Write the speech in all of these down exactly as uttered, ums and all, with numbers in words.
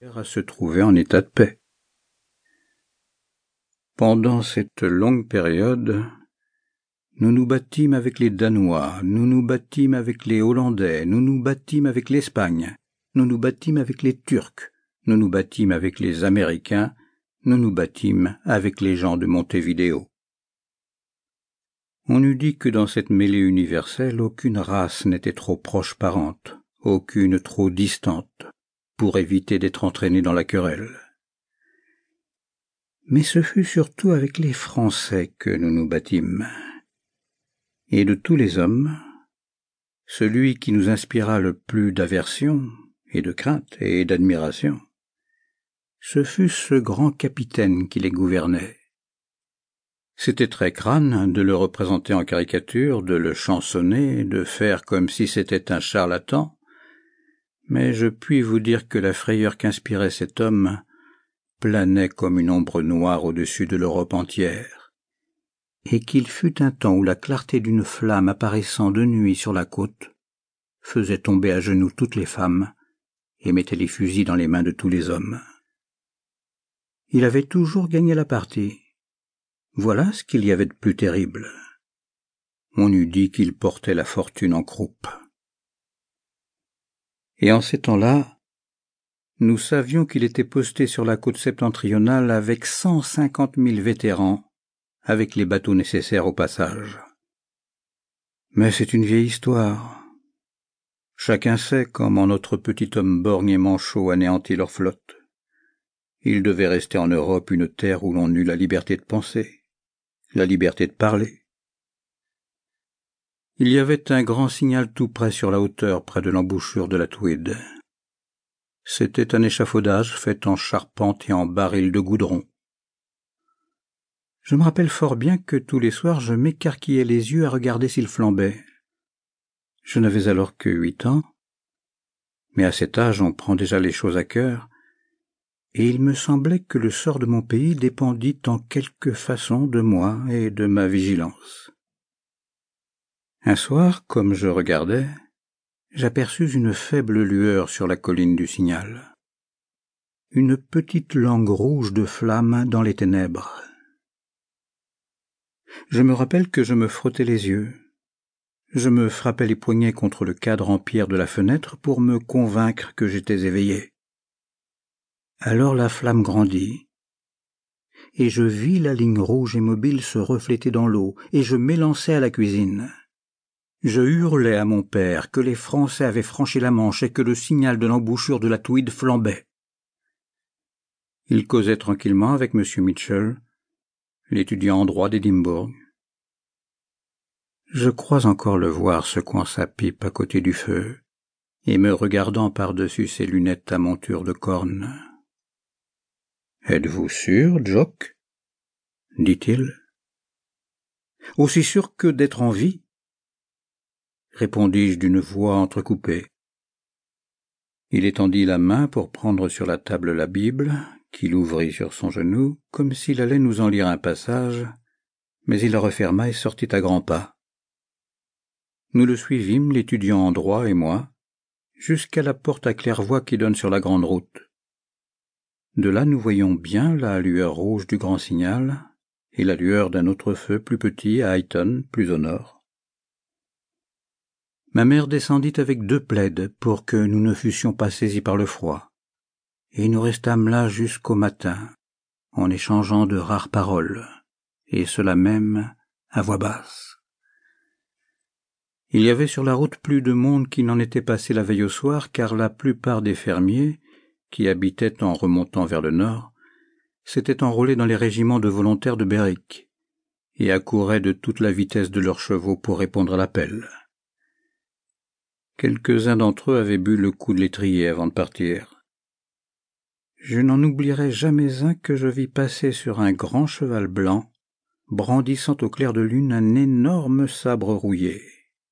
à se trouver en état de paix. Pendant cette longue période, nous nous battîmes avec les Danois, nous nous battîmes avec les Hollandais, nous nous battîmes avec l'Espagne, nous nous battîmes avec les Turcs, nous nous battîmes avec les Américains, nous nous battîmes avec les gens de Montevideo. On eût dit que dans cette mêlée universelle, aucune race n'était trop proche parente, aucune trop distante, pour éviter d'être entraînée dans la querelle. Mais ce fut surtout avec les Français que nous nous battîmes. Et de tous les hommes, celui qui nous inspira le plus d'aversion et de crainte et d'admiration, ce fut ce grand capitaine qui les gouvernait. C'était très crâne de le représenter en caricature, de le chansonner, de faire comme si c'était un charlatan, mais je puis vous dire que la frayeur qu'inspirait cet homme planait comme une ombre noire au-dessus de l'Europe entière, et qu'il fut un temps où la clarté d'une flamme apparaissant de nuit sur la côte faisait tomber à genoux toutes les femmes et mettait les fusils dans les mains de tous les hommes. Il avait toujours gagné la partie. Voilà ce qu'il y avait de plus terrible. On eût dit qu'il portait la fortune en croupe. Et en ces temps-là, nous savions qu'il était posté sur la côte septentrionale avec cent cinquante mille vétérans, avec les bateaux nécessaires au passage. Mais c'est une vieille histoire. Chacun sait comment notre petit homme borgne et manchot anéantit leur flotte. Il devait rester en Europe une terre où l'on eut la liberté de penser, la liberté de parler. Il y avait un grand signal tout près sur la hauteur, près de l'embouchure de la Tweed. C'était un échafaudage fait en charpente et en barils de goudron. Je me rappelle fort bien que tous les soirs je m'écarquillais les yeux à regarder s'il flambait. Je n'avais alors que huit ans, mais à cet âge on prend déjà les choses à cœur, et il me semblait que le sort de mon pays dépendit en quelque façon de moi et de ma vigilance. Un soir, comme je regardais, j'aperçus une faible lueur sur la colline du Signal. Une petite langue rouge de flamme dans les ténèbres. Je me rappelle que je me frottais les yeux. Je me frappais les poignets contre le cadre en pierre de la fenêtre pour me convaincre que j'étais éveillé. Alors la flamme grandit, et je vis la ligne rouge et mobile se refléter dans l'eau, et je m'élançai à la cuisine. Je hurlai à mon père que les Français avaient franchi la Manche et que le signal de l'embouchure de la Tweed flambait. Il causait tranquillement avec M. Mitchell, l'étudiant en droit d'Édimbourg. Je crois encore le voir secouant sa pipe à côté du feu et me regardant par-dessus ses lunettes à monture de corne. « Êtes-vous sûr, Jock ?» dit-il. « Aussi sûr que d'être en vie ?» répondis-je d'une voix entrecoupée. Il étendit la main pour prendre sur la table la Bible, qu'il ouvrit sur son genou, comme s'il allait nous en lire un passage, mais il la referma et sortit à grands pas. Nous le suivîmes, l'étudiant en droit et moi, jusqu'à la porte à claire-voie qui donne sur la grande route. De là nous voyions bien la lueur rouge du grand signal et la lueur d'un autre feu plus petit à Highton, plus au nord. Ma mère descendit avec deux plaids pour que nous ne fussions pas saisis par le froid, et nous restâmes là jusqu'au matin, en échangeant de rares paroles, et cela même à voix basse. Il y avait sur la route plus de monde qui n'en était passé la veille au soir, car la plupart des fermiers, qui habitaient en remontant vers le nord, s'étaient enrôlés dans les régiments de volontaires de Berwick, et accouraient de toute la vitesse de leurs chevaux pour répondre à l'appel. Quelques-uns d'entre eux avaient bu le coup de l'étrier avant de partir. Je n'en oublierai jamais un que je vis passer sur un grand cheval blanc, brandissant au clair de lune un énorme sabre rouillé.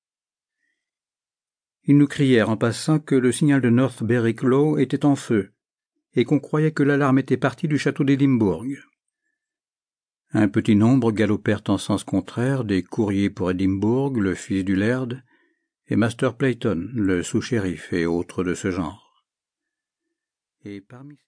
Ils nous crièrent en passant que le signal de North Berwick Law était en feu, et qu'on croyait que l'alarme était partie du château d'Édimbourg. Un petit nombre galopèrent en sens contraire, des courriers pour Édimbourg, le fils du laird, et Master Playton, le sous-shérif, et autres de ce genre. et parmi